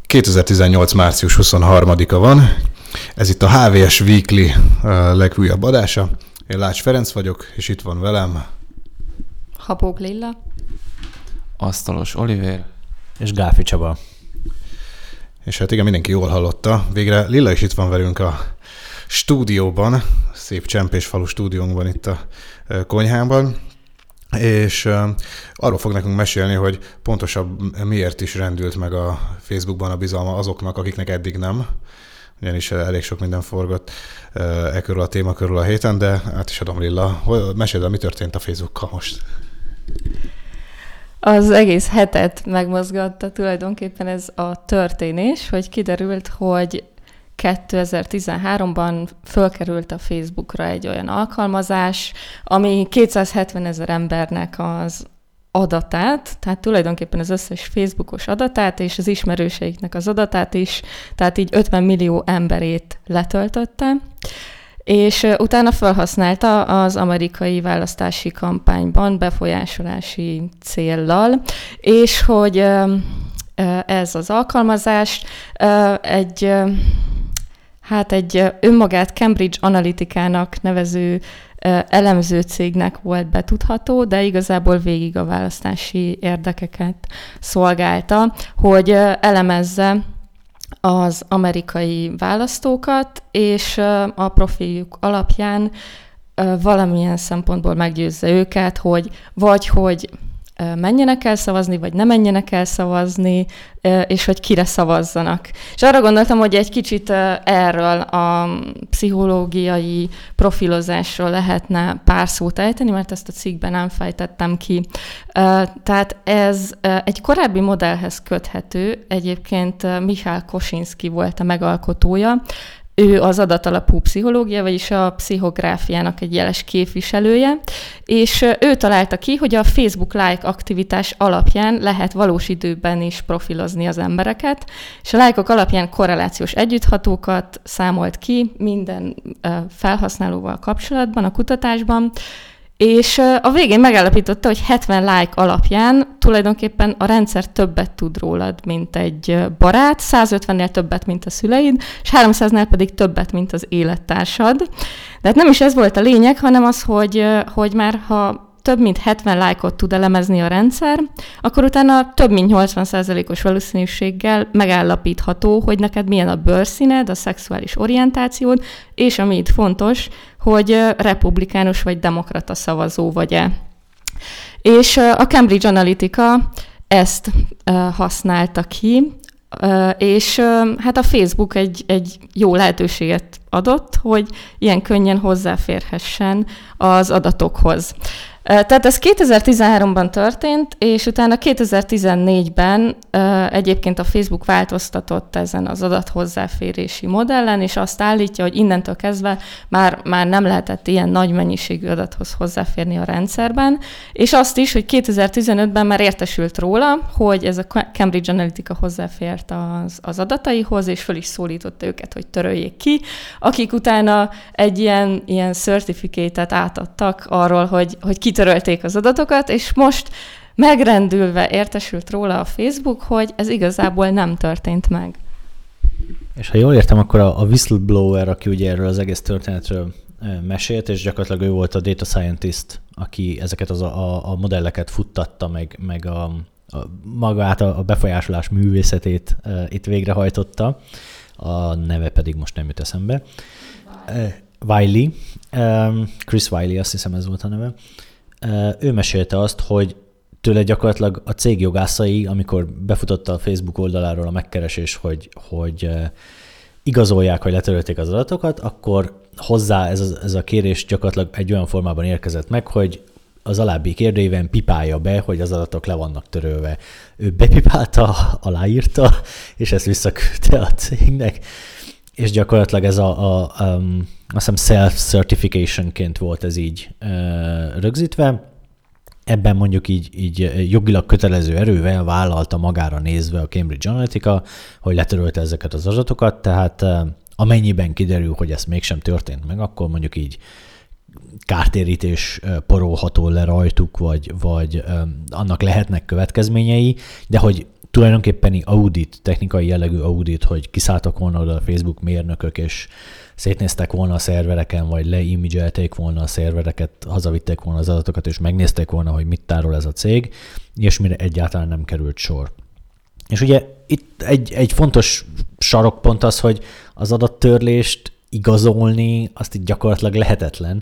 2018. március 23-a van. Ez itt a HVS Weekly legújabb adása. Én Lács Ferenc vagyok, és itt van velem Habók Lilla, Asztalos Olivér és Gáfi Csaba. És hát igen, mindenki jól hallotta. Végre Lilla is itt van velünk a stúdióban, szép Csempésfalu stúdiónkban itt a konyhában, és arról fog nekünk mesélni, hogy pontosabb miért is rendült meg a Facebookban a bizalma azoknak, akiknek eddig nem. Ugyanis elég sok minden forgott körül a téma körül a héten, de át is adom Lilla. Meséld el, mi történt a Facebookkal most? az egész hetet megmozgatta tulajdonképpen ez a történés, hogy kiderült, hogy 2013-ban fölkerült a Facebookra egy olyan alkalmazás, ami 270 000 embernek az adatát, tehát tulajdonképpen az összes Facebookos adatát és az ismerőseiknek az adatát is, tehát így 50 millió emberét letöltötte, és utána felhasználta az amerikai választási kampányban befolyásolási céllal, és hogy ez az alkalmazás egy önmagát Cambridge Analytica-nak nevező elemző cégnek volt betudható, de igazából végig a választási érdekeket szolgálta, hogy elemezze az amerikai választókat, és a profiljuk alapján valamilyen szempontból meggyőzze őket, hogy menjenek el szavazni, vagy ne menjenek el szavazni, és hogy kire szavazzanak. És arra gondoltam, hogy egy kicsit erről a pszichológiai profilozásról lehetne pár szót ejteni, mert ezt a cikkben nem fejtettem ki. Tehát ez egy korábbi modellhez köthető, egyébként Michal Kosinski volt a megalkotója. Ő az adatalapú pszichológia, vagyis a pszichográfiának egy jeles képviselője, és ő találta ki, hogy a Facebook like aktivitás alapján lehet valós időben is profilozni az embereket, és a lájkok alapján korrelációs együtthatókat számolt ki minden felhasználóval kapcsolatban a kutatásban, és a végén megállapította, hogy 70 like alapján tulajdonképpen a rendszer többet tud rólad, mint egy barát, 150-nél többet, mint a szüleid, és 300-nál pedig többet, mint az élettársad. De hát nem is ez volt a lényeg, hanem az, hogy már ha több mint 70 lájkot tud elemezni a rendszer, akkor utána több mint 80%-os valószínűséggel megállapítható, hogy neked milyen a bőrszíned, a szexuális orientációd, és ami itt fontos, hogy republikánus vagy demokrata szavazó vagy-e. És a Cambridge Analytica ezt használta ki, és hát a Facebook egy jó lehetőséget adott, hogy ilyen könnyen hozzáférhessen az adatokhoz. Tehát ez 2013-ban történt, és utána 2014-ben egyébként a Facebook változtatott ezen az adathozzáférési modellen, és azt állítja, hogy innentől kezdve már nem lehetett ilyen nagy mennyiségű adathoz hozzáférni a rendszerben, és azt is, hogy 2015-ben már értesült róla, hogy ez a Cambridge Analytica hozzáfért az adataihoz, és föl is szólította őket, hogy töröljék ki, akik utána egy ilyen certificate-et átadtak arról, hogy kitörölték az adatokat, és most megrendülve értesült róla a Facebook, hogy ez igazából nem történt meg. És ha jól értem, akkor a whistleblower, aki ugye erről az egész történetről mesélt, és gyakorlatilag ő volt a data scientist, aki ezeket a modelleket futtatta, meg magát a befolyásolás művészetét itt végrehajtotta. A neve pedig most nem jut eszembe. Wiley, Chris Wiley, azt hiszem ez volt a neve. Ő mesélte azt, hogy tőle gyakorlatilag a cég jogászai, amikor befutotta a Facebook oldaláról a megkeresés, hogy igazolják, hogy letörölték az adatokat, akkor hozzá ez a kérés gyakorlatilag egy olyan formában érkezett meg, hogy az alábbi kérdőíven pipálja be, hogy az adatok le vannak törölve. Ő bepipálta, aláírta, és ezt visszaküldte a cégnek, és gyakorlatilag ez azt hiszem self-certification-ként volt ez így rögzítve. Ebben mondjuk így jogilag kötelező erővel vállalta magára nézve a Cambridge Analytica, hogy letörölte ezeket az adatokat, tehát amennyiben kiderül, hogy ez mégsem történt meg, akkor mondjuk így kártérítés porolható le rajtuk, vagy annak lehetnek következményei, de hogy tulajdonképpeni audit, technikai jellegű audit, hogy kiszálltak volna oda a Facebook mérnökök, és szétnéztek volna a szervereken, vagy leimidzselték volna a szervereket, hazavitték volna az adatokat, és megnézték volna, hogy mit tárol ez a cég, ilyesmire egyáltalán nem került sor. És ugye itt egy fontos sarokpont az, hogy az adattörlést igazolni, azt itt gyakorlatilag lehetetlen.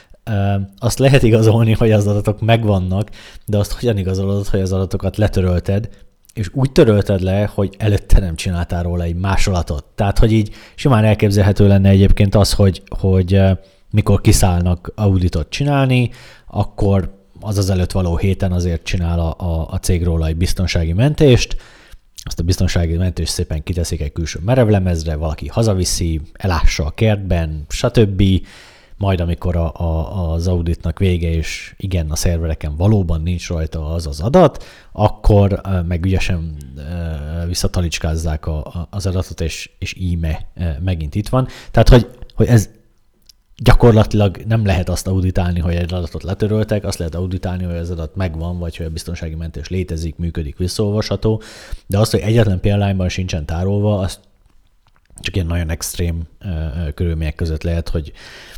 Azt lehet igazolni, hogy az adatok megvannak, de azt hogyan igazolod, hogy az adatokat letörölted, és úgy törölted le, hogy előtte nem csináltál róla egy másolatot. Tehát, hogy így simán elképzelhető lenne egyébként az, hogy mikor kiszállnak auditot csinálni, akkor az előtt való héten azért csinál a cég róla egy biztonsági mentést, azt a biztonsági mentést szépen kiteszik egy külső merevlemezre, valaki hazaviszi, elássa a kertben, stb. Majd amikor az auditnak vége, és igen, a szervereken valóban nincs rajta az adat, akkor meg ügyesen visszatalicskázzák az adatot, és íme megint itt van. Tehát, hogy ez gyakorlatilag nem lehet azt auditálni, hogy egy adatot letöröltek, azt lehet auditálni, hogy az adat megvan, vagy hogy a biztonsági mentés létezik, működik, visszaolvasható, de az, hogy egyetlen példányban sincsen tárolva, az csak ilyen nagyon extrém körülmények között lehet, hogy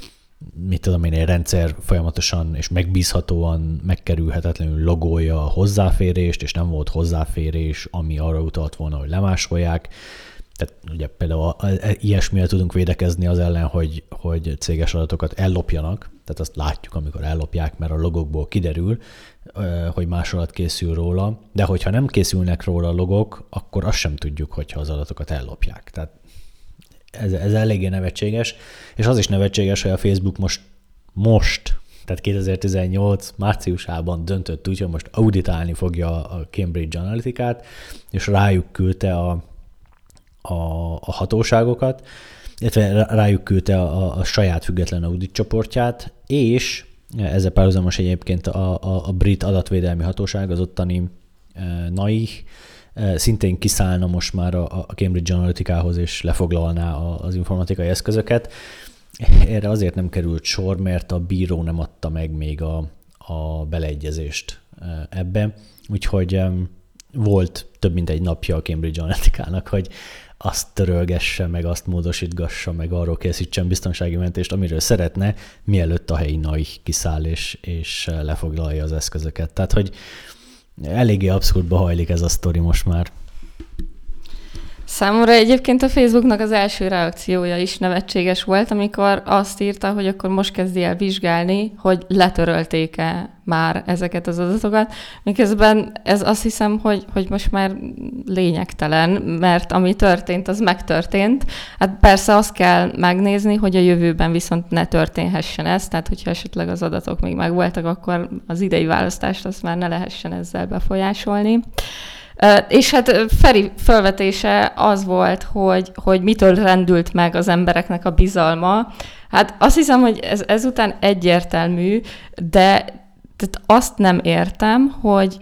mit tudom én, egy rendszer folyamatosan és megbízhatóan megkerülhetetlenül logolja a hozzáférést, és nem volt hozzáférés, ami arra utalt volna, hogy lemásolják. Tehát ugye például ilyesmire tudunk védekezni az ellen, hogy céges adatokat ellopjanak, tehát azt látjuk, amikor ellopják, mert a logokból kiderül, hogy másolat készül róla, de hogyha nem készülnek róla a logok, akkor azt sem tudjuk, hogyha az adatokat ellopják. Tehát ez eléggé nevetséges, és az is nevetséges, hogy a Facebook most, tehát 2018 márciusában döntött úgy, hogy most auditálni fogja a Cambridge Analytica-t, és rájuk küldte a hatóságokat, illetve rájuk küldte a saját független audit csoportját, és ezzel párhuzamos egyébként a brit adatvédelmi hatóság, az ottani NAIH, szintén kiszállna most már a Cambridge Analytica-hoz, és lefoglalná az informatikai eszközöket. Erre azért nem került sor, mert a bíró nem adta meg még a beleegyezést ebbe. Úgyhogy volt több mint egy napja a Cambridge Analytica-nak, hogy azt törölgesse, meg azt módosítgassa, meg arról készítsen biztonsági mentést, amiről szeretne, mielőtt a helyi NAIH kiszáll és lefoglalja az eszközöket. Tehát, hogy eléggé abszurdba hajlik ez a sztori most már. Számomra egyébként a Facebooknak az első reakciója is nevetséges volt, amikor azt írta, hogy akkor most kezdi el vizsgálni, hogy letörölték-e már ezeket az adatokat, miközben ez azt hiszem, hogy most már lényegtelen, mert ami történt, az megtörtént. Hát persze azt kell megnézni, hogy a jövőben viszont ne történhessen ez, tehát hogyha esetleg az adatok még megvoltak, akkor az idei választást azt már ne lehessen ezzel befolyásolni. És hát Feri felvetése az volt, hogy mitől rendült meg az embereknek a bizalma. Hát azt hiszem, hogy ez ezután egyértelmű, de tehát azt nem értem, hogy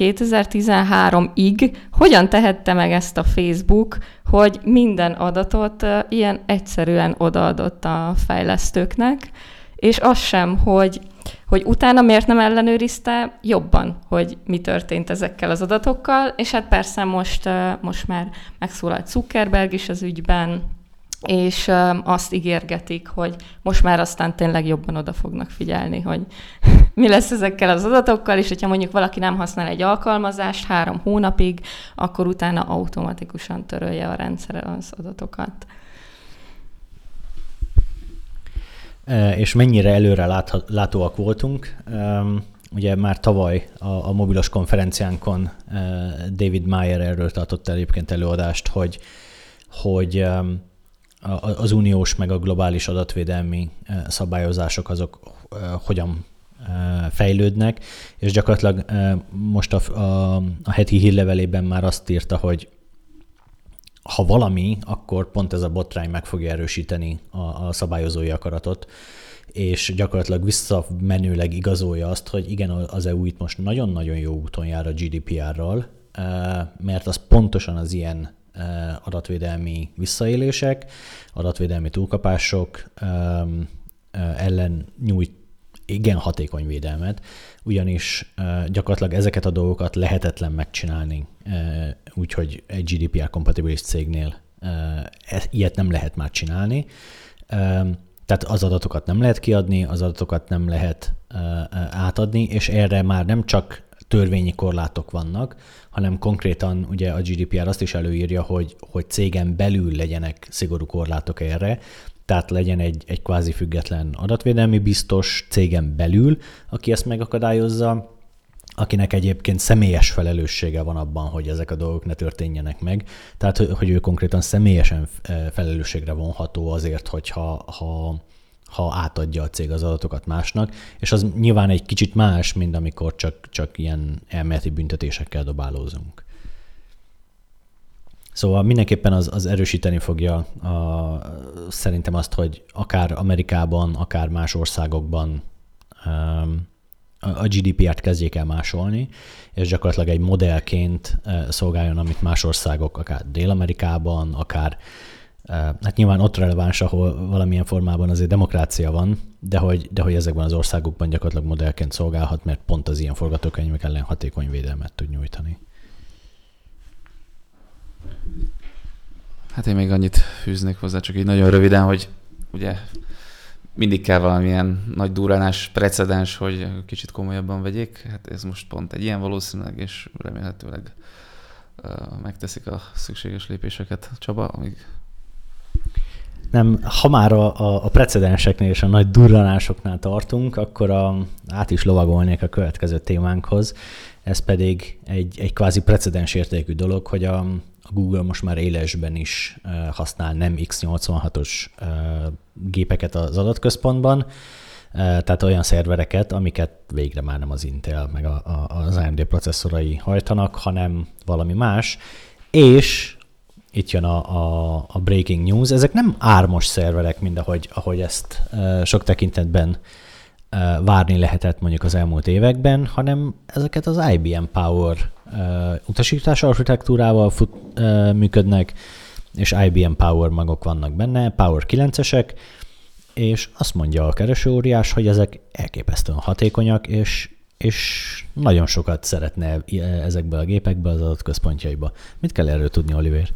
2013-ig hogyan tehette meg ezt a Facebook, hogy minden adatot ilyen egyszerűen odaadott a fejlesztőknek, és az sem, hogy utána miért nem ellenőrizte jobban, hogy mi történt ezekkel az adatokkal, és hát persze most már megszólalt Zuckerberg is az ügyben, és azt ígérgetik, hogy most már aztán tényleg jobban oda fognak figyelni, hogy mi lesz ezekkel az adatokkal, és hogyha mondjuk valaki nem használ egy alkalmazást 3 hónapig, akkor utána automatikusan törölje a rendszer az adatokat. És mennyire előre látóak voltunk. Ugye már tavaly a mobilos konferenciánkon David Mayer erről tartott egyébként előadást, hogy az uniós meg a globális adatvédelmi szabályozások azok hogyan fejlődnek, és gyakorlatilag most a heti hírlevelében már azt írta, hogy ha valami, akkor pont ez a botrány meg fogja erősíteni a szabályozói akaratot, és gyakorlatilag visszamenőleg igazolja azt, hogy igen, az EU itt most nagyon-nagyon jó úton jár a GDPR-ral, mert az pontosan az ilyen adatvédelmi visszaélések, adatvédelmi túlkapások ellen nyújt igen hatékony védelmet, ugyanis gyakorlatilag ezeket a dolgokat lehetetlen megcsinálni, úgyhogy egy GDPR-kompatibilis cégnél ilyet nem lehet már csinálni. Tehát az adatokat nem lehet kiadni, az adatokat nem lehet átadni, és erre már nem csak törvényi korlátok vannak, hanem konkrétan ugye a GDPR azt is előírja, hogy cégen belül legyenek szigorú korlátok erre, tehát legyen egy kvázi független adatvédelmi biztos cégen belül, aki ezt megakadályozza, akinek egyébként személyes felelőssége van abban, hogy ezek a dolgok ne történjenek meg. Tehát, hogy ő konkrétan személyesen felelősségre vonható azért, ha átadja a cég az adatokat másnak, és az nyilván egy kicsit más, mint amikor csak ilyen elméleti büntetésekkel dobálózunk. Szóval mindenképpen az erősíteni fogja szerintem azt, hogy akár Amerikában, akár más országokban a GDPR-t kezdjék el másolni, és gyakorlatilag egy modellként szolgáljon, amit más országok, akár Dél-Amerikában, akár hát nyilván ott releváns, ahol valamilyen formában azért demokrácia van, de hogy ezekben az országokban gyakorlatilag modellként szolgálhat, mert pont az ilyen forgatókönyvek ellen hatékony védelmet tud nyújtani. Hát én még annyit fűznék hozzá, csak így nagyon röviden, hogy ugye mindig kell valamilyen nagy durranás, precedens, hogy kicsit komolyabban vegyék. Hát ez most pont egy ilyen valószínűleg, és remélhetőleg megteszik a szükséges lépéseket. Csaba, amíg... Nem, ha már a precedenseknél és a nagy durranásoknál tartunk, akkor át is lovagolnék a következő témánkhoz. Ez pedig egy kvázi precedens értékű dolog, hogy a Google most már élesben is használ nem x86-os gépeket az adatközpontban, tehát olyan szervereket, amiket végre már nem az Intel meg az AMD processzorai hajtanak, hanem valami más, és itt jön a breaking news, ezek nem ARM-os szerverek, mint ahogy ezt sok tekintetben várni lehetett mondjuk az elmúlt években, hanem ezeket az IBM Power utasítás architektúrával működnek, és IBM Power magok vannak benne, Power 9-esek, és azt mondja a keresőóriás, hogy ezek elképesztően hatékonyak, és nagyon sokat szeretne ezekből a gépekből az adatközpontjaiba. Mit kell erről tudni, Oliver?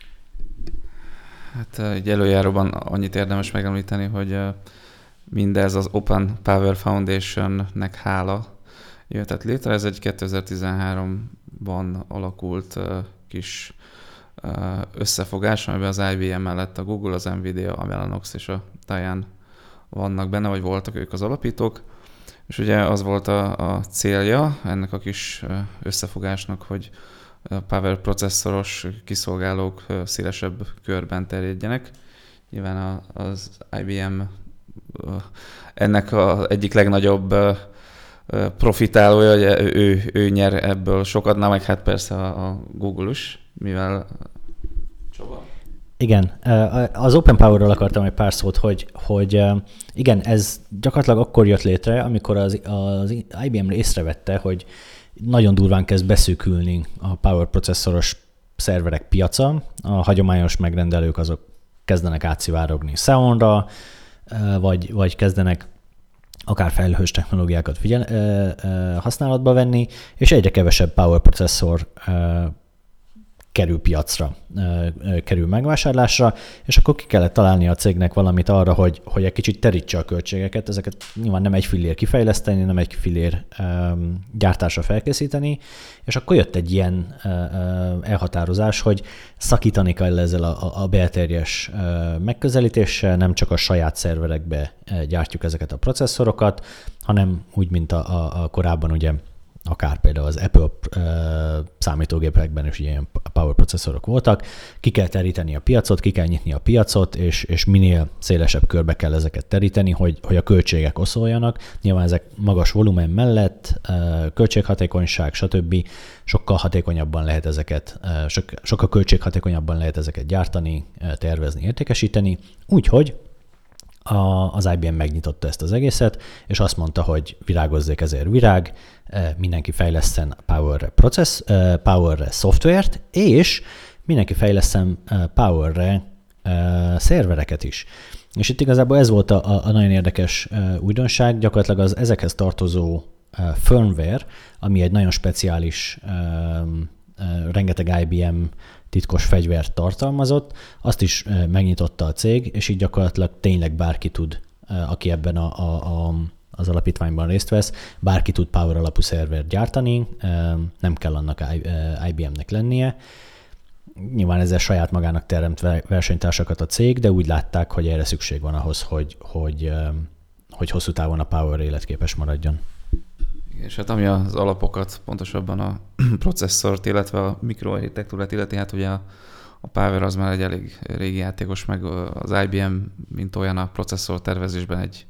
Hát egy előjáróban annyit érdemes megemlíteni, hogy mindez az Open Power Foundation-nek hála jöhetett létre. Ez egy 2013-ban alakult kis összefogás, amiben az IBM mellett a Google, az Nvidia, a Mellanox és a Diane vannak benne, vagy voltak ők az alapítók. És ugye az volt a célja ennek a kis összefogásnak, hogy a Power processzoros kiszolgálók szélesebb körben terjedjenek. Nyilván az IBM ennek az egyik legnagyobb profitálója, hogy ő nyer ebből sokat, na meg hát persze a Google is, mivel... Csaba. Igen, az Open Power-ról akartam egy pár szót, hogy igen, ez gyakorlatilag akkor jött létre, amikor az IBM észrevette, hogy nagyon durván kezd beszűkülni a Power processzoros szerverek piaca, a hagyományos megrendelők azok kezdenek átszivárogni Xeonra, vagy kezdenek akár felhős technológiákat használatba venni, és egyre kevesebb Power processzor kerül piacra, kerül megvásárlásra, és akkor ki kellett találni a cégnek valamit arra, hogy egy kicsit terítse a költségeket, ezeket nyilván nem egy fillér kifejleszteni, nem egy fillér gyártásra felkészíteni, és akkor jött egy ilyen elhatározás, hogy szakítani kell ezzel a belterjes megközelítéssel, nem csak a saját szerverekbe gyártjuk ezeket a processzorokat, hanem úgy, mint a korábban ugye akár például az Apple számítógépekben is ilyen power processzorok voltak, ki kell teríteni a piacot, ki kell nyitni a piacot, és minél szélesebb körbe kell ezeket teríteni, hogy a költségek oszoljanak. Nyilván ezek magas volumen mellett, költséghatékonyság, stb. Sokkal hatékonyabban lehet ezeket, sokkal költséghatékonyabban lehet ezeket gyártani, tervezni, értékesíteni, úgyhogy az IBM megnyitotta ezt az egészet, és azt mondta, hogy virágozzék ezért virág, mindenki fejleszten Powerre szoftvert, és mindenki fejleszten Powerre szervereket is. És itt igazából ez volt a nagyon érdekes újdonság, gyakorlatilag az ezekhez tartozó firmware, ami egy nagyon speciális, rengeteg IBM titkos fegyvert tartalmazott, azt is megnyitotta a cég, és így gyakorlatilag tényleg bárki tud, aki ebben az alapítványban részt vesz, bárki tud Power alapú szervert gyártani, nem kell annak IBM-nek lennie. Nyilván ezzel saját magának teremt versenytársakat a cég, de úgy látták, hogy erre szükség van ahhoz, hogy hosszú távon a Power életképes maradjon. És hát ami az alapokat, pontosabban a processzort, illetve a mikroarchitektúrát illeti, hát ugye a Power az már egy elég régi játékos, meg az IBM, mint olyan a processzor tervezésben egy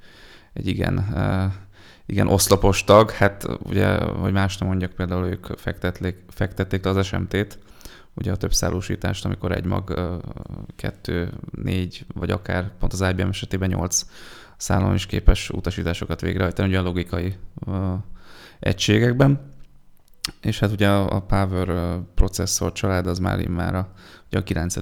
igen oszlopos tag. Hát ugye, hogy más nem mondjak, például ők fektették le az SMT-t, ugye a többszálósítást, amikor egy mag 2, 4, vagy akár pont az IBM esetében 8 szálon is képes utasításokat végrehajtani, ugye a logikai egységekben. És hát ugye a Power processzor család az már ugye a 9.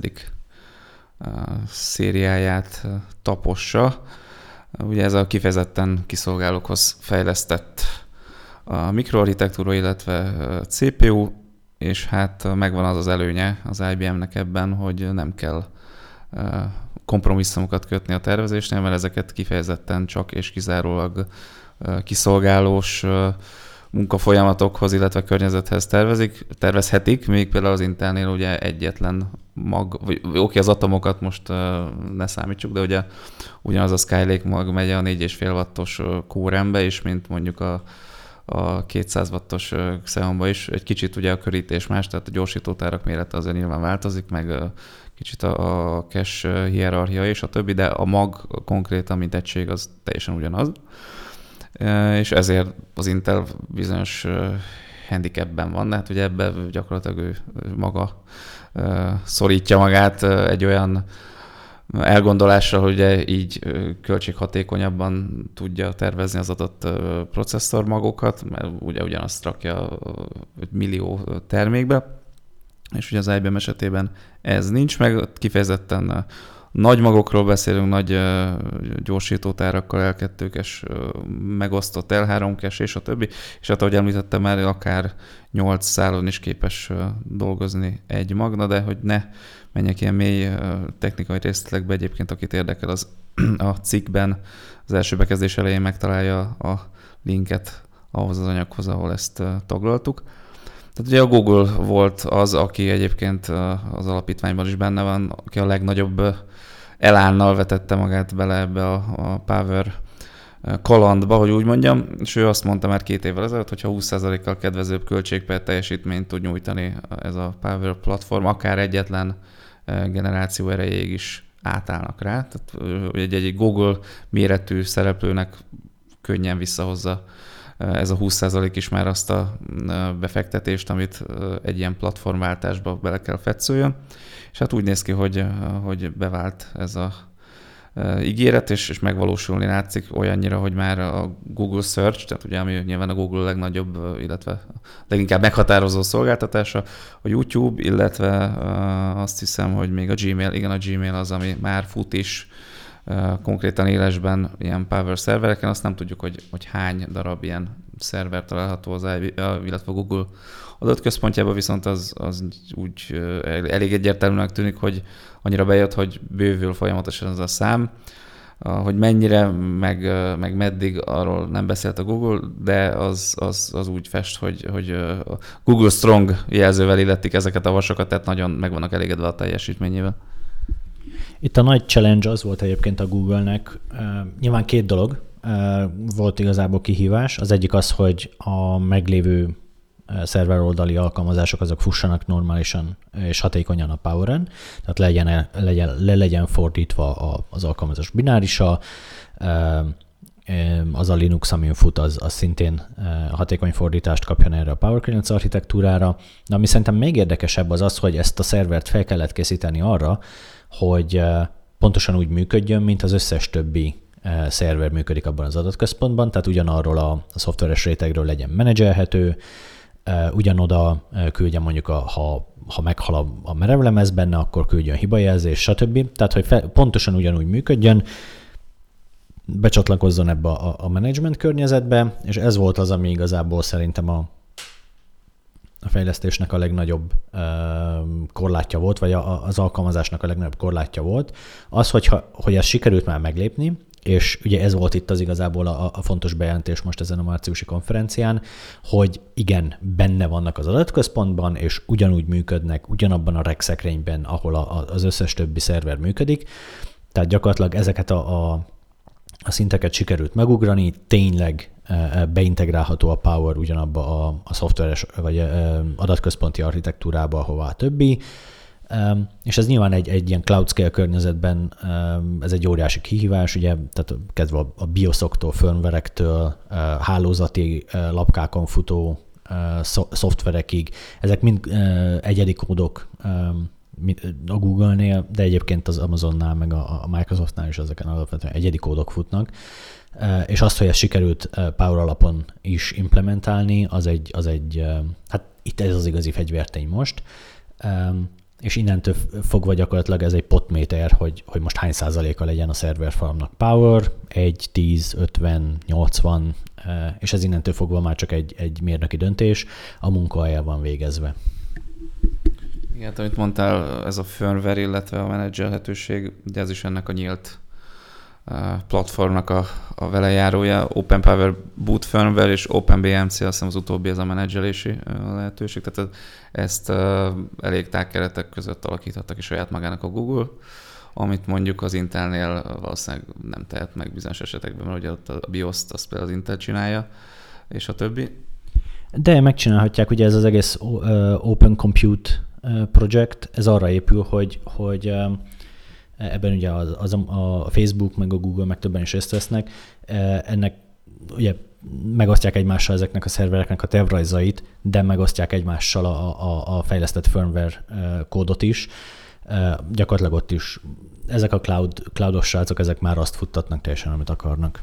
szériáját tapossa. Ugye ez a kifejezetten kiszolgálókhoz fejlesztett a mikroarchitektúra, illetve CPU, és hát megvan az előnye az IBM-nek ebben, hogy nem kell kompromisszumokat kötni a tervezésnél, mert ezeket kifejezetten csak és kizárólag kiszolgálós munkafolyamatokhoz, illetve környezethez tervezhetik, még például az Intelnél ugye egyetlen mag, oké, az atomokat most ne számítsuk, de ugye ugyanaz a Skylake mag megy a 4,5 wattos Core-be is, mint mondjuk a 200 wattos Xeonba is. Egy kicsit ugye a körítés más, tehát a gyorsítótárak mérete azért nyilván változik, meg kicsit a cache hierarchia és a többi, de a mag konkrétan, mint egység, az teljesen ugyanaz. És ezért az Intel bizonyos handicapben van, hát ugye ebben gyakorlatilag ő maga szorítja magát egy olyan elgondolással, hogy ugye így költséghatékonyabban tudja tervezni az adott processzor magokat, mert ugye ugyanazt rakja 5 millió termékbe, és ugye az IBM esetében ez nincs, meg kifejezetten nagy magokról beszélünk, nagy gyorsítótárakkal, L2-kes, megosztott L3-kes és a többi, és hát ahogy említettem már, akár 8 szálon is képes dolgozni egy magna, de hogy ne menjek ilyen mély technikai részletekbe, egyébként akit érdekel, az a cikkben az első bekezdés elején megtalálja a linket ahhoz az anyaghoz, ahol ezt taglaltuk. Tehát ugye a Google volt az, aki egyébként az alapítványban is benne van, aki a legnagyobb elánnal vetette magát bele ebbe a Power kalandba, hogy úgy mondjam, és ő azt mondta már 2 évvel ezelőtt, hogyha 20%-kal kedvezőbb költség per teljesítményt tud nyújtani ez a Power platform, akár egyetlen generáció erejéig is átállnak rá. Tehát egy Google méretű szereplőnek könnyen visszahozza ez a 20% is már azt a befektetést, amit egy ilyen platformváltásba bele kell fetszöljön. És hát úgy néz ki, hogy bevált ez a ígéret, és megvalósulni látszik olyannyira, hogy már a Google Search, tehát ugye ami nyilván a Google legnagyobb, illetve leginkább meghatározó szolgáltatása, a YouTube, illetve azt hiszem, hogy még a Gmail, igen, a Gmail az, ami már fut is konkrétan élesben ilyen Power szervereken, azt nem tudjuk, hogy hány darab ilyen szerver található az illetve a Google adatközpontjában, viszont az úgy elég egyértelműnek tűnik, hogy annyira bejött, hogy bővül folyamatosan az a szám, hogy mennyire, meg meddig, arról nem beszélt a Google, de az úgy fest, hogy Google Strong jelzővel illetik ezeket a vasokat, tehát nagyon meg vannak elégedve a teljesítményével. Itt a nagy challenge az volt egyébként a Google-nek, nyilván 2 dolog volt igazából kihívás. Az egyik az, hogy a meglévő szerveroldali alkalmazások azok fussanak normálisan és hatékonyan a Poweren, tehát legyen fordítva az alkalmazás binárisa, az a Linux, amin fut, az szintén hatékony fordítást kapjon erre a Power 9 architektúrára. De ami szerintem még érdekesebb az, hogy ezt a szervert fel kellett készíteni arra, hogy pontosan úgy működjön, mint az összes többi szerver működik abban az adatközpontban, tehát ugyanarról a szoftveres rétegről legyen menedzselhető, ugyanoda küldjen mondjuk, ha meghal a merevlemez benne, akkor küldjön hibajelzés, stb. Tehát, hogy pontosan ugyanúgy működjön, becsatlakozzon ebbe a management környezetbe, és ez volt az, ami igazából szerintem a fejlesztésnek a legnagyobb korlátja volt, vagy az alkalmazásnak a legnagyobb korlátja volt. Az, hogy ezt sikerült már meglépni, és ugye ez volt itt az igazából a fontos bejelentés most ezen a márciusi konferencián, hogy igen, benne vannak az adatközpontban, és ugyanúgy működnek, ugyanabban a rack-szekrényben, ahol az összes többi szerver működik. Tehát gyakorlatilag ezeket a szinteket sikerült megugrani, tényleg beintegrálható a Power ugyanabba a szoftveres vagy adatközponti architektúrába, ahová a többi. És ez nyilván egy ilyen cloud scale környezetben ez egy óriási kihívás, ugye, tehát kezdve a BIOS-októl, firmware-ektől, hálózati lapkákon futó szoftverekig, ezek mind egyedi kódok a Google-nél, de egyébként az Amazonnál, meg a Microsoftnál is ezeken alapvetően egyedi kódok futnak. És azt, hogy ezt sikerült Power alapon is implementálni, az egy hát itt ez az igazi fegyvertény most. És innentől fogva gyakorlatilag ez egy potméter, hogy most hány százaléka legyen a szerverfarmnak Power, 1, 10, 50, 80, és ez innentől fogva már csak egy mérnöki döntés, a munka el van végezve. Igen, amit mondtál, ez a firmware, illetve a menedzselhetőség, ugye ez is ennek a nyílt platformnak a velejárója, Open Power Boot Firmware és OpenBMC, azt hiszem az utóbbi ez a menedzselési lehetőség, tehát ezt elég tág keretek között alakíthattak ki saját magának a Google, amit mondjuk az Intelnél valószínűleg nem tehet meg bizonyos esetekben, mert ugye ott a BIOS-t azt például az Intel csinálja, és a többi. De megcsinálhatják, ugye ez az egész Open Compute projekt, ez arra épül, hogy ebben ugye a Facebook, meg a Google, meg többen is részt vesznek, ennek ugye megosztják egymással ezeknek a szervereknek a tervrajzait, de megosztják egymással a fejlesztett firmware kódot is. Gyakorlatilag ott is ezek a cloudos srácok, ezek már azt futtatnak teljesen, amit akarnak.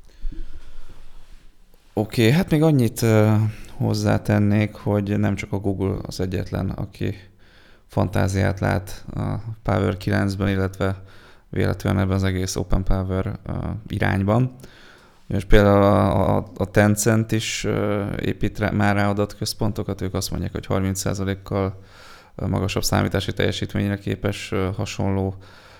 Oké, hát még annyit hozzátennék, hogy nem csak a Google az egyetlen, aki fantáziát lát a Power 9-ben, illetve véletlenül ebben az egész Open Power irányban. És például a Tencent is épít már rá adatközpontokat, ők azt mondják, hogy 30%-kal magasabb számítási teljesítményre képes hasonló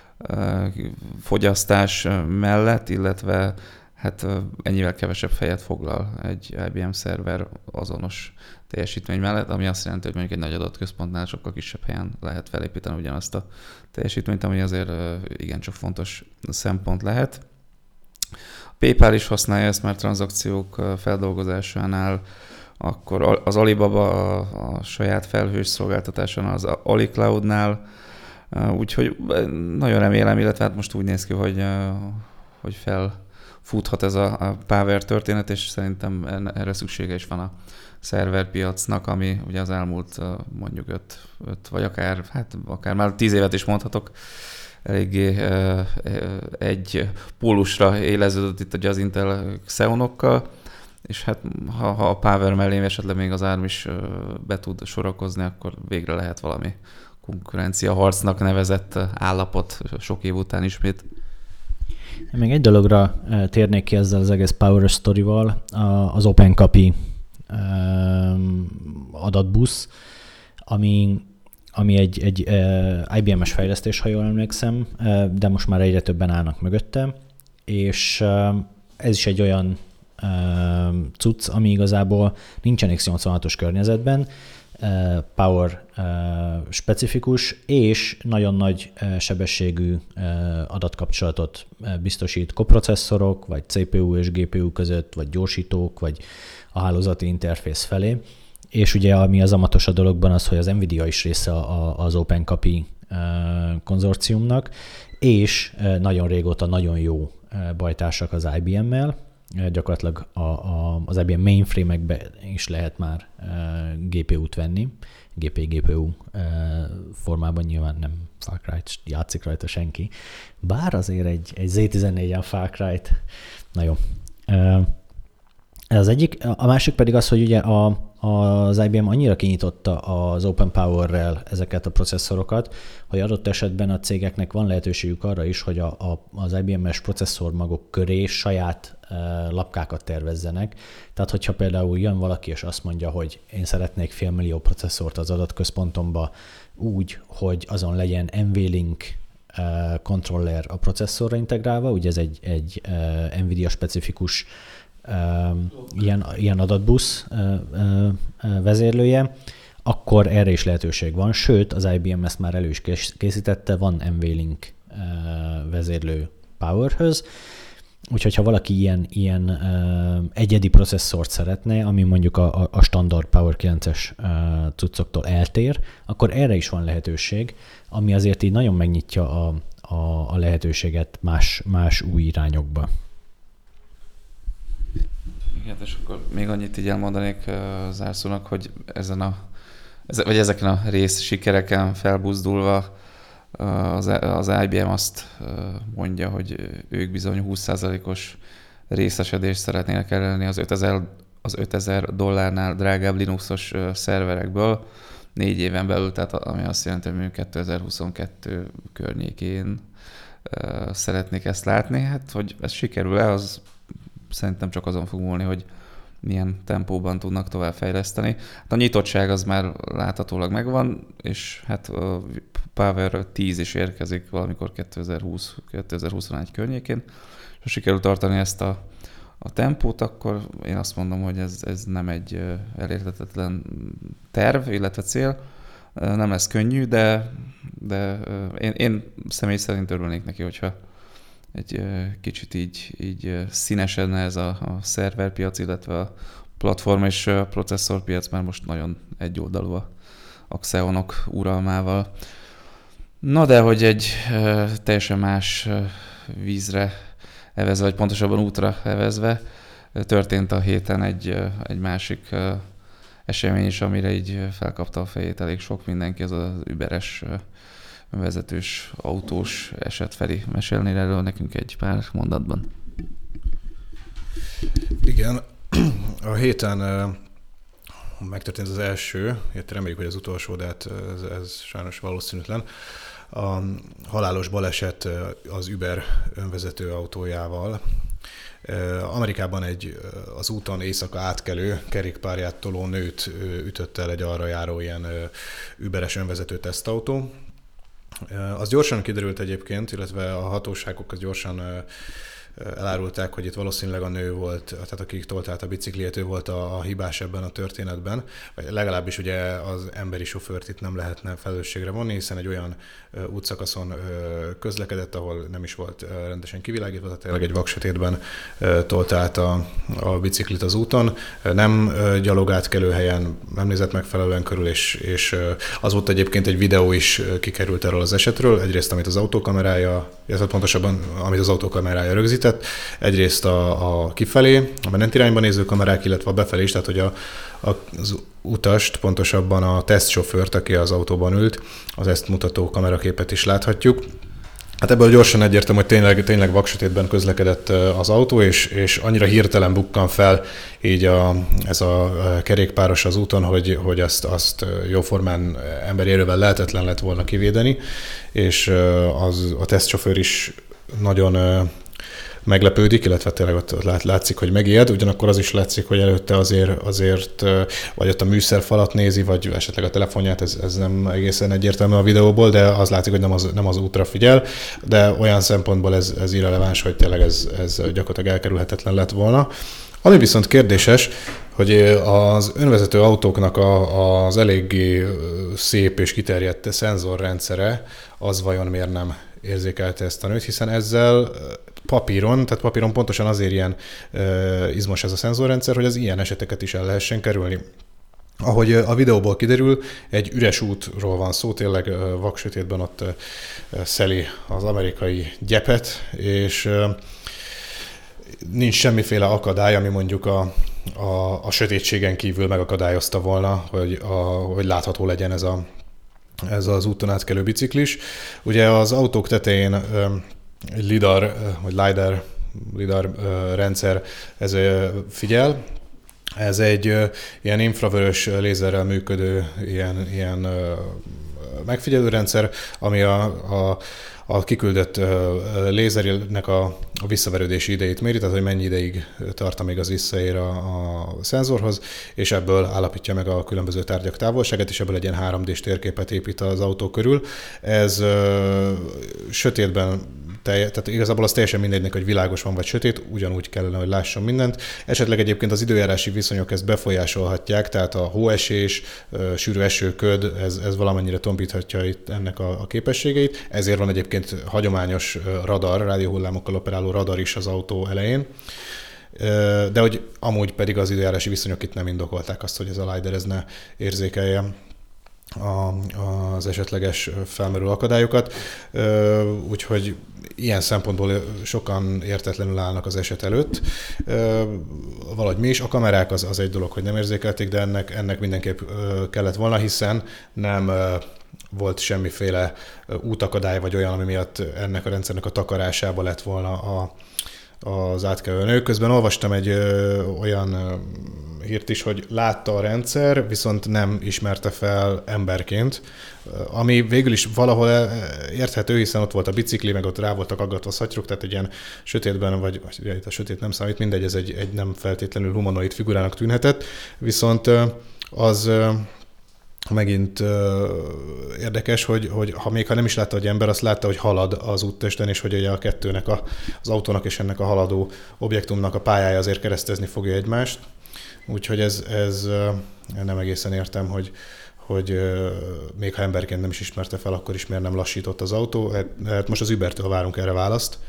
fogyasztás mellett, illetve hát ennyivel kevesebb helyet foglal egy IBM szerver azonos teljesítmény mellett, ami azt jelenti, hogy mondjuk egy nagy adatközpontnál sokkal kisebb helyen lehet felépíteni ugyanazt a teljesítményt, ami azért igencsak fontos szempont lehet. A PayPal is használja ezt már tranzakciók feldolgozásánál, akkor az Alibaba a saját felhős szolgáltatásán, az AliCloud-nál, úgyhogy nagyon remélem, illetve hát most úgy néz ki, hogy felfuthat ez a Power történet, és szerintem erre szüksége is van a szerverpiacnak, ami ugye az elmúlt mondjuk 5 vagy akár már 10 évet is mondhatok, eléggé egy pólusra éleződött itt ugye az Intel Xeonokkal, és hát ha a Power mellé esetleg még az ARM is be tud sorakozni, akkor végre lehet valami konkurencia harcnak nevezett állapot sok év után ismét. Még egy dologra térnék ki ezzel az egész Power Story-val, az OpenCAPI adatbusz, ami egy IBM-es fejlesztés, ha jól emlékszem, de most már egyre többen állnak mögötte, és ez is egy olyan cucc, ami igazából nincsen x86-os környezetben, Power specifikus, és nagyon nagy sebességű adatkapcsolatot biztosít koprocesszorok, vagy CPU és GPU között, vagy gyorsítók, vagy a hálózati interfész felé. És ugye ami az amatos a dologban az, hogy az Nvidia is része az OpenCAPI konzorciumnak, és nagyon régóta nagyon jó bajtársak az IBM-mel. Gyakorlatilag az IBM mainframe-ekbe is lehet már GPU-t venni, GPU formában nyilván nem Far Cry-t játszik rajta senki, bár azért egy Z14-en Far Cry-t, na jó. Ez az egyik. A másik pedig az, hogy ugye az IBM annyira kinyitotta az Open Power-rel ezeket a processzorokat, hogy adott esetben a cégeknek van lehetőségük arra is, hogy az IBM-es processzormagok köré saját lapkákat tervezzenek. Tehát, hogyha például jön valaki és azt mondja, hogy én szeretnék 500 000 processzort az adatközpontomba úgy, hogy azon legyen NVLink controller a processzorra integrálva, ugye ez egy NVIDIA specifikus ilyen adatbusz vezérlője, akkor erre is lehetőség van. Sőt, az IBM ezt már elő is készítette, van NVLink vezérlő Powerhöz, úgyhogy ha valaki ilyen egyedi processzort szeretne, ami mondjuk a standard Power 9-es cuccoktól eltér, akkor erre is van lehetőség, ami azért így nagyon megnyitja a lehetőséget más új irányokba. Igen, és akkor még annyit így elmondanék zárszónak, hogy ezeken a rész sikereken felbuzdulva az IBM azt mondja, hogy ők bizony 20%-os részesedést szeretnének elérni az $5000 drágább Linuxos szerverekből 4 éven belül, tehát ami azt jelenti, hogy 2022 környékén szeretnék ezt látni. Hát, hogy ez sikerül-e, az szerintem csak azon fog múlni, hogy milyen tempóban tudnak továbbfejleszteni. Hát a nyitottság az már láthatólag megvan, és hát a Power 10 is érkezik valamikor 2020-2021 környékén. És ha sikerül tartani ezt a tempót, akkor én azt mondom, hogy ez nem egy elérhetetlen terv, illetve cél. Nem lesz könnyű, de én személy szerint örülnék neki, hogyha egy kicsit így színesedne ez a szerverpiac, illetve a platform és processzorpiac, már most nagyon egyoldalú a Xeonok uralmával. Na de, hogy egy teljesen más vízre evezve, vagy pontosabban útra evezve, történt a héten egy másik esemény is, amire így felkapta a fejét elég sok mindenki, ez az Uberes vezetős autós eset. Feri, mesélnél erről nekünk egy pár mondatban? Igen, a héten megtörtént az első, reméljük, hogy az utolsó, de hát ez sajnos valószínűtlen. A halálos baleset az Uber önvezető autójával. Amerikában az úton éjszaka átkelő, kerékpárját toló nőt ütött el egy arra járó ilyen Uberes önvezető tesztautó. Az gyorsan kiderült egyébként, illetve a hatóságok az gyorsan elárulták, hogy itt valószínűleg a nő volt, tehát akik tolt át a bicikliét, ő volt a hibás ebben a történetben, vagy legalábbis ugye az emberi sofőrt itt nem lehetne felelősségre vonni, hiszen egy olyan útszakaszon közlekedett, ahol nem is volt rendesen kivilágítva, tehát tényleg egy vaksötétben tolt át a biciklit az úton, nem gyalogátkelő helyen, nem nézett megfelelően körül, és az volt egyébként egy videó is kikerült erről az esetről, egyrészt amit az autókamerája, illetve pontosabban amit az autókamerája rögzített, egyrészt a kifelé, a menetirányban néző kamerák, illetve a befelé is, tehát hogy az utast, pontosabban a tesztsofőrt, aki az autóban ült, az ezt mutató kameraképet is láthatjuk. Hát ebből gyorsan egyértelmű, hogy tényleg vaksötétben közlekedett az autó, és annyira hirtelen bukkan fel így ez a kerékpáros az úton, hogy azt jóformán emberi erővel lehetetlen lett volna kivédeni, és a tesztsofőr is nagyon meglepődik, illetve tényleg ott látszik, hogy megijed, ugyanakkor az is látszik, hogy előtte azért vagy ott a műszerfalat nézi, vagy esetleg a telefonját, ez nem egészen egyértelmű a videóból, de az látszik, hogy nem az útra figyel, de olyan szempontból ez irreleváns, hogy tényleg ez gyakorlatilag elkerülhetetlen lett volna. Ami viszont kérdéses, hogy az önvezető autóknak az eléggé szép és kiterjedt szenzorrendszere, az vajon miért nem érzékelte ezt a nőt, hiszen ezzel papíron pontosan azért ilyen izmos ez a szenzorrendszer, hogy az ilyen eseteket is el lehessen kerülni. Ahogy a videóból kiderül, egy üres útról van szó, tényleg vaksötétben ott szeli az amerikai gyepet, és nincs semmiféle akadály, ami mondjuk a sötétségen kívül megakadályozta volna, hogy látható legyen ez az úton átkelő biciklis. Ugye az autók tetején egy LiDAR rendszer ez figyel, Ez egy ilyen infravörös lézerrel működő ilyen megfigyelőrendszer, ami a kiküldött lézernek a visszaverődési idejét méri, tehát hogy mennyi ideig tart, amíg az visszaér a szenzorhoz, és ebből állapítja meg a különböző tárgyak távolságát, és ebből egy ilyen 3D-s térképet épít az autó körül. Ez sötétben tehát igazából az teljesen mindegy, hogy világos van vagy sötét, ugyanúgy kellene, hogy lásson mindent. Esetleg egyébként az időjárási viszonyok ezt befolyásolhatják, tehát a hóesés, sűrű esőköd, ez valamennyire tompíthatja itt ennek a képességeit. Ezért van egyébként hagyományos radar, rádióhullámokkal operáló radar is az autó elején. De hogy amúgy pedig az időjárási viszonyok itt nem indokolták azt, hogy ez a LiDAR ne érzékelje az esetleges felmerülő akadályokat. Úgyhogy ilyen szempontból sokan értetlenül állnak az eset előtt. Valahogy mi is. A kamerák az egy dolog, hogy nem érzékelték, de ennek mindenképp kellett volna, hiszen nem volt semmiféle útakadály vagy olyan, ami miatt ennek a rendszernek a takarásába lett volna az átkelő. Közben olvastam egy olyan hírt is, hogy látta a rendszer, viszont nem ismerte fel emberként, ami végül is valahol érthető, hiszen ott volt a bicikli, meg ott rá voltak aggatva szatyrok, tehát egy ilyen sötétben, vagy a sötét nem számít, mindegy, ez egy nem feltétlenül humanoid figurának tűnhetett, viszont az megint érdekes, hogy ha nem is látta, hogy ember, azt látta, hogy halad az úttesten, és hogy ugye a kettőnek, az autónak és ennek a haladó objektumnak a pályája azért keresztezni fogja egymást. Úgyhogy ez nem egészen értem, hogy még ha emberként nem is ismerte fel, akkor is miért nem lassított az autó. Hát most az Ubertől várunk erre választ.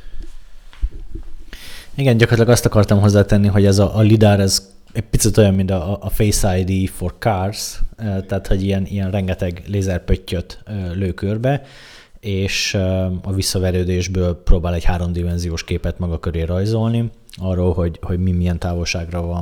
Igen, gyakorlatilag azt akartam hozzátenni, hogy ez a LiDAR, ez egy picit olyan, mint a Face ID for cars, tehát hogy ilyen rengeteg lézerpöttyöt lő körbe, és a visszaverődésből próbál egy 3D-dimenziós képet maga köré rajzolni, arról, hogy mi milyen távolságra van,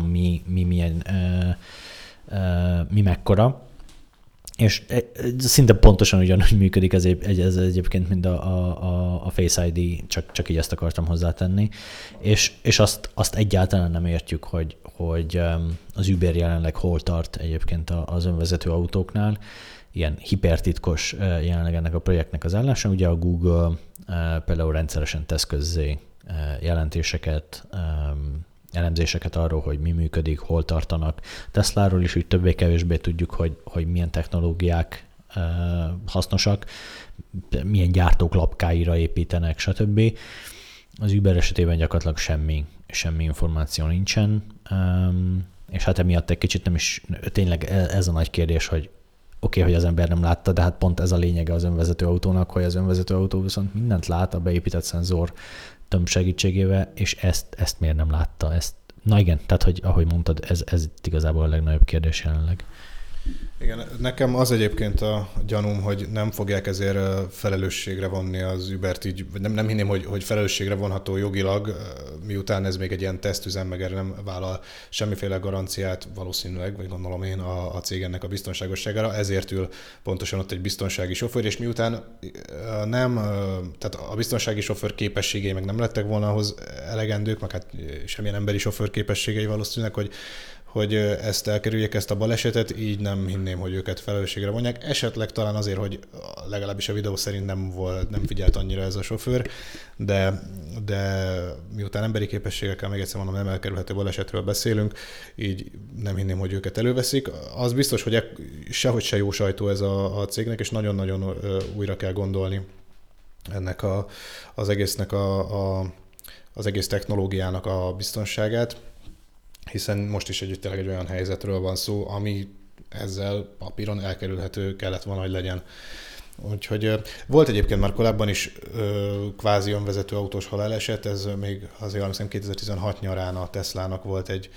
mi mekkora. És szinte pontosan ugyanúgy működik ez egyébként, mint a Face ID, csak így ezt akartam hozzátenni. És azt egyáltalán nem értjük, hogy az Uber jelenleg hol tart egyébként az önvezető autóknál. Ilyen hipertitkos jelenleg ennek a projektnek az állása. Ugye a Google például rendszeresen tesz közzé jelentéseket, elemzéseket arról, hogy mi működik, hol tartanak. Tesláról is úgy többé-kevésbé tudjuk, hogy milyen technológiák hasznosak, milyen gyártók lapkáira építenek, stb. Az Uber esetében gyakorlatilag semmi információ nincsen, és hát emiatt egy kicsit nem is, tényleg ez a nagy kérdés, hogy oké, hogy az ember nem látta, de hát pont ez a lényege az önvezető autónak, hogy az önvezető autó viszont mindent lát a beépített szenzor tömb segítségével, és ezt miért nem látta? Na igen, tehát hogy ahogy mondtad, ez igazából a legnagyobb kérdés jelenleg. Igen, nekem az egyébként a gyanúm, hogy nem fogják ezért felelősségre vonni az Ubert így, vagy nem hinném, hogy felelősségre vonható jogilag, miután ez még egy ilyen tesztüzem, meg erre nem vállal semmiféle garanciát valószínűleg, vagy gondolom én a cég ennek a biztonságosságára, ezért ül pontosan ott egy biztonsági sofőr, és miután tehát a biztonsági sofőr képességei meg nem lettek volna ahhoz elegendők, meg hát semmilyen emberi sofőr képességei valószínűleg, hogy ezt elkerüljék, ezt a balesetet, így nem hinném, hogy őket felelősségre vonják. Esetleg talán azért, hogy legalábbis a videó szerint nem figyelt annyira ez a sofőr, de miután emberi képességekkel, még egyszer mondom, nem elkerülhető balesetről beszélünk, így nem hinném, hogy őket előveszik. Az biztos, hogy sehogy se jó sajtó ez a cégnek, és nagyon-nagyon újra kell gondolni ennek az egésznek az egész technológiának a biztonságát, hiszen most is tényleg egy olyan helyzetről van szó, ami ezzel papíron elkerülhető kellett volna, hogy legyen. Úgyhogy volt egyébként már korábban is kvázi önvezető autós haláleset, ez még azért hiszem 2016 nyarán a Teslának volt egy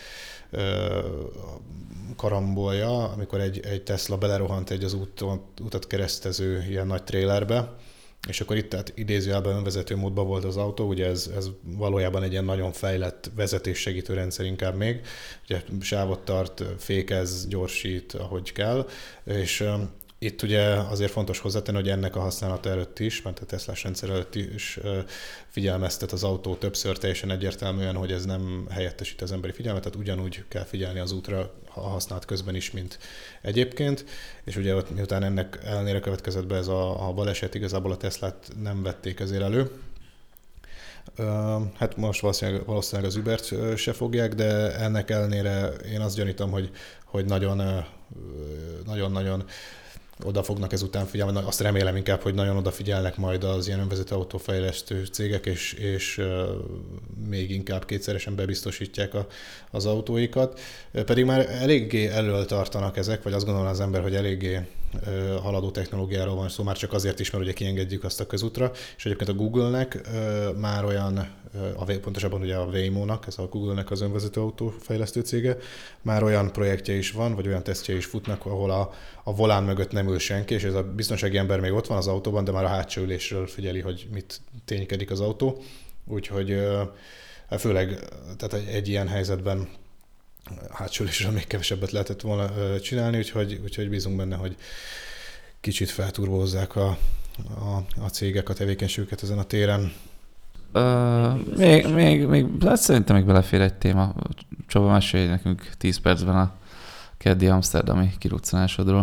karambolja, amikor egy Tesla belerohant egy az utat keresztező ilyen nagy trélerbe, és akkor itt tehát idézőjelben önvezető módban volt az autó, ugye ez valójában egy ilyen nagyon fejlett vezetéssegítő rendszer inkább még, ugye sávot tart, fékez, gyorsít, ahogy kell, és Itt ugye azért fontos hozzátenni, hogy ennek a használata előtt is, mert a Teslás rendszer előtt is figyelmeztet az autó többször teljesen egyértelműen, hogy ez nem helyettesít az emberi figyelmet, tehát ugyanúgy kell figyelni az útra a használat közben is, mint egyébként. És ugye ott miután ennek ellenére következett be ez a baleset, igazából a Teslát nem vették ezért elő. Hát most valószínűleg az Ubert se fogják, de ennek ellenére én azt gyanítom, hogy nagyon-nagyon oda fognak ezután figyelni, azt remélem inkább, hogy nagyon odafigyelnek majd az ilyen önvezető autófejlesztő cégek, és még inkább kétszeresen bebiztosítják az autóikat. Pedig már eléggé elől tartanak ezek, vagy azt gondolom az ember, hogy eléggé haladó technológiáról van szó, már csak azért is, mert ugye kiengedjük azt a közútra, és egyébként a Google-nek már olyan, pontosabban ugye a Waymo-nak, ez a Google-nek az önvezető autófejlesztő cége, már olyan projektje is van, vagy olyan tesztje is futnak, ahol a volán mögött nem ül senki, és ez a biztonsági ember még ott van az autóban, de már a hátsó ülésről figyeli, hogy mit ténykedik az autó. Úgyhogy főleg tehát egy ilyen helyzetben hátsó ülésről még kevesebbet lehetett volna csinálni, úgyhogy bízunk benne, hogy kicsit felturbózzák a cégek a tevékenységüket ezen a téren. Hát szerintem még belefér egy téma. Csaba, mesélj nekünk 10 percben a keddi amszterdami kiruccanásodról.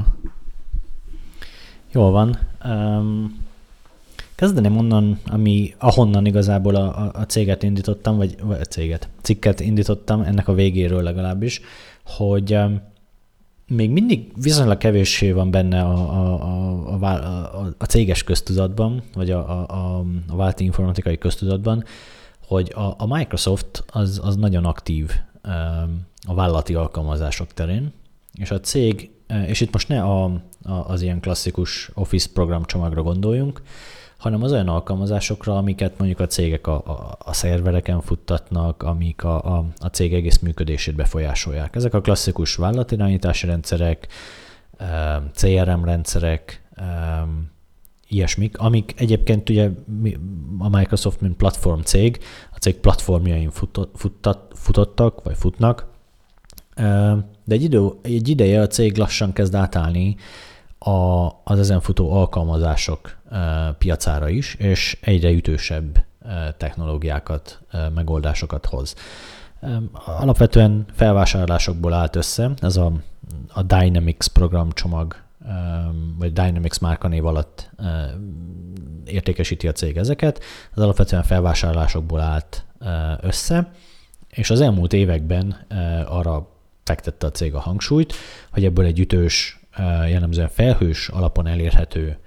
Jól van. Kezdeném onnan, ahonnan igazából a céget indítottam, vagy cikket indítottam, ennek a végéről legalábbis, hogy még mindig viszonylag kevéssé van benne a céges köztudatban, vagy a válti informatikai köztudatban, hogy a Microsoft az nagyon aktív a vállalati alkalmazások terén, és a cég, és itt most ne az ilyen klasszikus Office programcsomagra gondoljunk, hanem az olyan alkalmazásokra, amiket mondjuk a cégek a szervereken futtatnak, amik a cég egész működését befolyásolják. Ezek a klasszikus vállalatirányítási rendszerek, CRM rendszerek, ilyesmik, amik egyébként ugye a Microsoft, mint platform cég, a cég platformjain futottak, vagy futnak, de egy ideje a cég lassan kezd átállni az ezen futó alkalmazások piacára is, és egyre ütősebb technológiákat, megoldásokat hoz. Alapvetően felvásárlásokból állt össze, ez a Dynamics programcsomag, vagy Dynamics márkanév alatt értékesíti a cég ezeket, az alapvetően felvásárlásokból állt össze, és az elmúlt években arra fektette a cég a hangsúlyt, hogy ebből egy ütős, jellemzően felhős alapon elérhető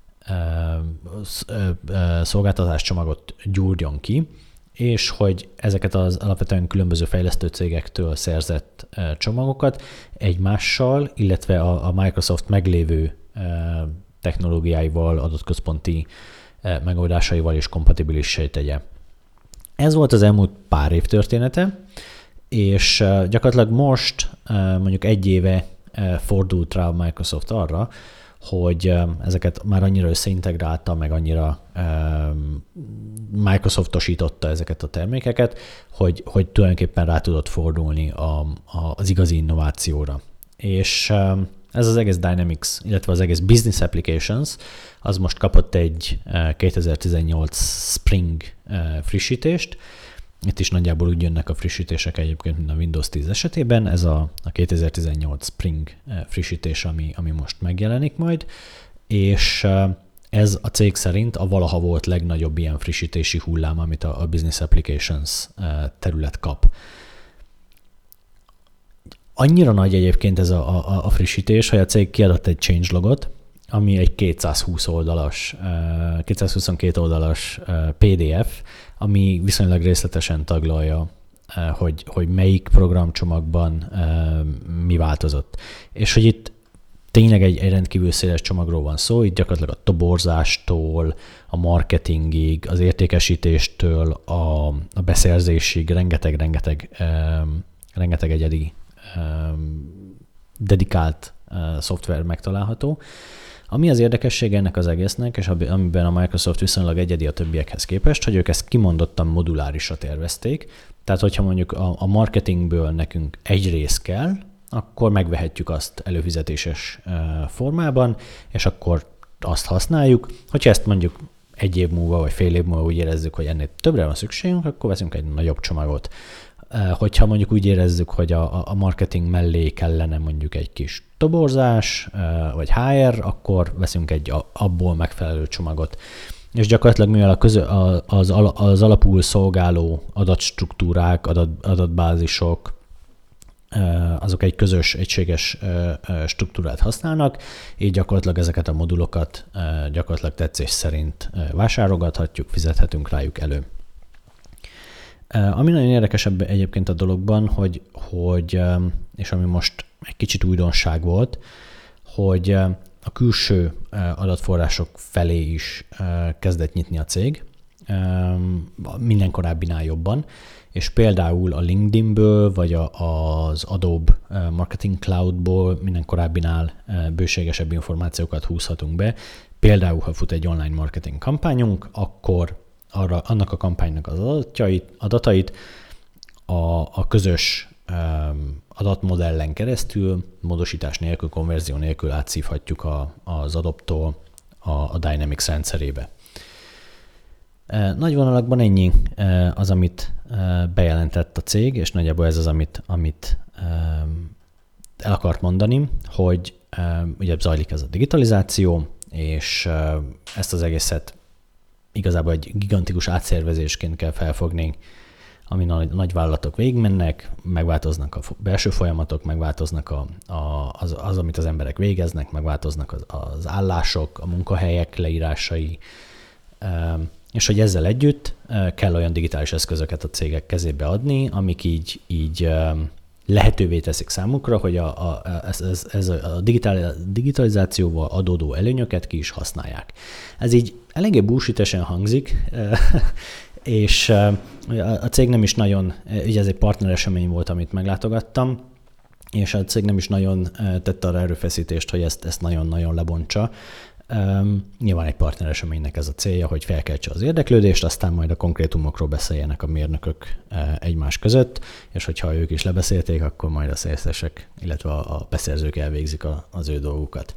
szolgáltatáscsomagot gyúrjon ki, és hogy ezeket az alapvetően különböző fejlesztő cégektől szerzett csomagokat egymással, illetve a Microsoft meglévő technológiáival, adatközponti megoldásaival is kompatibilissé tegye. Ez volt az elmúlt pár év története, és gyakorlatilag most mondjuk egy éve fordult rá a Microsoft arra, hogy ezeket már annyira összeintegrálta, meg annyira Microsoftosította ezeket a termékeket, hogy tulajdonképpen rá tudott fordulni az igazi innovációra. És ez az egész Dynamics, illetve az egész Business Applications, az most kapott egy 2018 Spring frissítést. Itt is nagyjából úgy jönnek a frissítések egyébként, mint a Windows 10 esetében. Ez a 2018 Spring frissítés, ami most megjelenik majd, és ez a cég szerint a valaha volt legnagyobb ilyen frissítési hullám, amit a Business Applications terület kap. Annyira nagy egyébként ez a frissítés, hogy a cég kiadott egy changelogot, ami egy 222 oldalas PDF, ami viszonylag részletesen taglalja, hogy melyik programcsomagban mi változott. És hogy itt tényleg egy rendkívül széles csomagról van szó, itt gyakorlatilag a toborzástól, a marketingig, az értékesítéstől, a beszerzésig rengeteg egyedi dedikált szoftver megtalálható. Ami az érdekessége ennek az egésznek, és amiben a Microsoft viszonylag egyedi a többiekhez képest, hogy ők ezt kimondottan modulárisra tervezték. Tehát, hogyha mondjuk a marketingből nekünk egy rész kell, akkor megvehetjük azt előfizetéses formában, és akkor azt használjuk. Hogyha ezt mondjuk 1 év múlva, vagy fél év múlva úgy érezzük, hogy ennél többre van szükségünk, akkor veszünk egy nagyobb csomagot. Hogyha mondjuk úgy érezzük, hogy a marketing mellé kellene mondjuk egy kis toborzás, vagy HR, akkor veszünk egy abból megfelelő csomagot. És gyakorlatilag mivel az alapul szolgáló adatstruktúrák, adatbázisok, azok egy közös, egységes struktúrát használnak, így gyakorlatilag ezeket a modulokat gyakorlatilag tetszés szerint vásárolgathatjuk, fizethetünk rájuk elő. Ami nagyon érdekesebb egyébként a dologban, hogy és ami most egy kicsit újdonság volt, hogy a külső adatforrások felé is kezdett nyitni a cég, minden korábbinál jobban, és például a LinkedInből, vagy az Adobe Marketing Cloudból minden korábbinál bőségesebb információkat húzhatunk be. Például, ha fut egy online marketing kampányunk, akkor annak a kampánynak az adatait a közös adatmodellen keresztül, módosítás nélkül, konverzió nélkül átszívhatjuk az Adobe-tól a Dynamics rendszerébe. Nagy vonalakban ennyi az, amit bejelentett a cég, és nagyjából ez az, amit el akart mondani, hogy ugye zajlik ez a digitalizáció, és ezt az egészet igazából egy gigantikus átszervezésként kell felfogni, amin a nagyvállalatok végigmennek, megváltoznak a belső folyamatok, megváltoznak az, amit az emberek végeznek, megváltoznak az állások, a munkahelyek leírásai, és hogy ezzel együtt kell olyan digitális eszközöket a cégek kezébe adni, amik így lehetővé teszik számukra, hogy ez a digitalizációval adódó előnyöket ki is használják. Ez így eléggé bullshit-esen hangzik, és a cég nem is nagyon, ugye ez egy partneresemény volt, amit meglátogattam, és a cég nem is nagyon tette arra erőfeszítést, hogy ezt nagyon-nagyon lebontsa. Nyilván egy partnereseménynek ez a célja, hogy felkeltse az érdeklődést, aztán majd a konkrétumokról beszéljenek a mérnökök egymás között, és hogyha ők is lebeszélték, akkor majd a szélszesek, illetve a beszerzők elvégzik az ő dolgukat.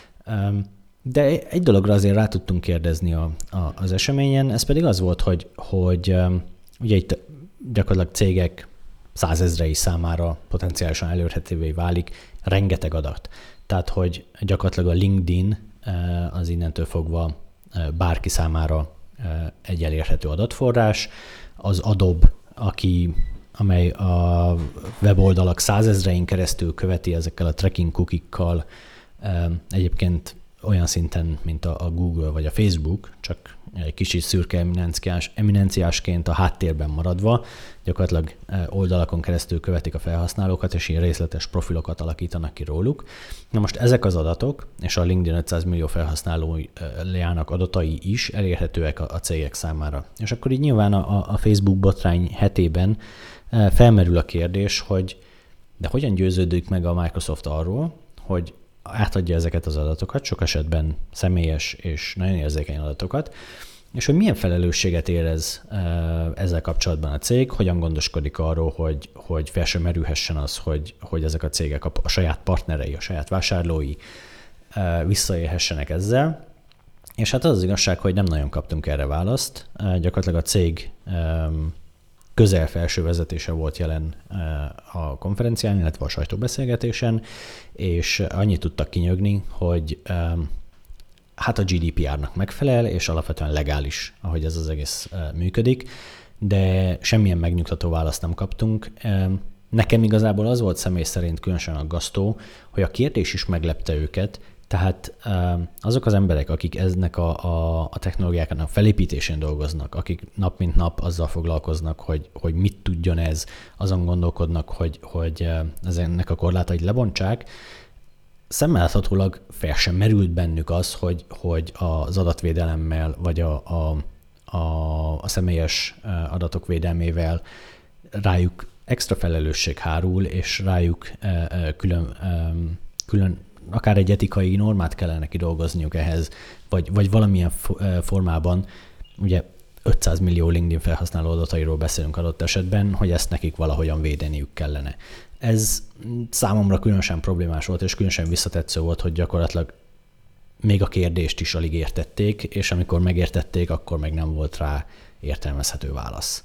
De egy dologra azért rá tudtunk kérdezni az eseményen, ez pedig az volt, hogy ugye itt gyakorlatilag cégek 100 000 számára potenciálisan elérhetővé válik rengeteg adat. Tehát, hogy gyakorlatilag a LinkedIn az innentől fogva bárki számára egy elérhető adatforrás, az Adobe, amely a weboldalak 100 000-in keresztül követi ezekkel a tracking cookie-kkal, egyébként olyan szinten, mint a Google vagy a Facebook, csak egy kicsit szürke eminenciásként a háttérben maradva, gyakorlatilag oldalakon keresztül követik a felhasználókat, és ilyen részletes profilokat alakítanak ki róluk. Na most ezek az adatok, és a LinkedIn 500 millió felhasználójának adatai is elérhetőek a cégek számára. És akkor így nyilván a Facebook botrány hetében felmerül a kérdés, hogy de hogyan győződik meg a Microsoft arról, hogy átadja ezeket az adatokat, sok esetben személyes és nagyon érzékeny adatokat, és hogy milyen felelősséget érez ezzel kapcsolatban a cég, hogyan gondoskodik arról, hogy fel sem merülhessen az, hogy ezek a cégek, a saját partnerei, a saját vásárlói visszaélhessenek ezzel. És hát az igazság, hogy nem nagyon kaptunk erre választ. Gyakorlatilag a cég közel felső vezetése volt jelen a konferencián, illetve a sajtóbeszélgetésen, és annyit tudtak kinyögni, hogy hát a GDPR-nak megfelel, és alapvetően legális, ahogy ez az egész működik, de semmilyen megnyugtató választ nem kaptunk. Nekem igazából az volt személy szerint különösen aggasztó, hogy a kérdés is meglepte őket, tehát azok az emberek, akik eznek a technológiáknak a felépítésén dolgoznak, akik nap mint nap azzal foglalkoznak, hogy mit tudjon ez, azon gondolkodnak, hogy ennek a korlátait lebontsák, szemmelláthatólag fel sem merült bennük az, hogy az adatvédelemmel, vagy a személyes adatok védelmével rájuk extra felelősség hárul, és rájuk külön akár egy etikai normát kellene kidolgozniuk ehhez, vagy valamilyen formában, ugye 500 millió LinkedIn felhasználó adatairól beszélünk adott esetben, hogy ezt nekik valahogyan védeniük kellene. Ez számomra különösen problémás volt, és különösen visszatetsző volt, hogy gyakorlatilag még a kérdést is alig értették, és amikor megértették, akkor meg nem volt rá értelmezhető válasz.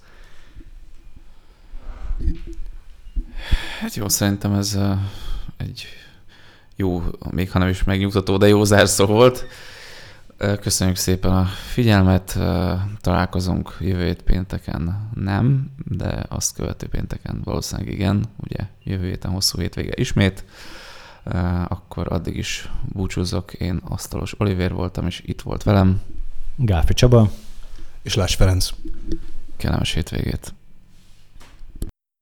Hát jó, szerintem ez egy jó, még ha nem is megnyugtató, de jó zárszó volt. Köszönjük szépen a figyelmet, találkozunk jövő hét pénteken nem, de azt követő pénteken valószínűleg igen, ugye jövő héten hosszú hétvége ismét, akkor addig is búcsúzok, én Asztalos Olivér voltam, és itt volt velem Gálfi Csaba és Lász Ferenc. Kellemes hétvégét!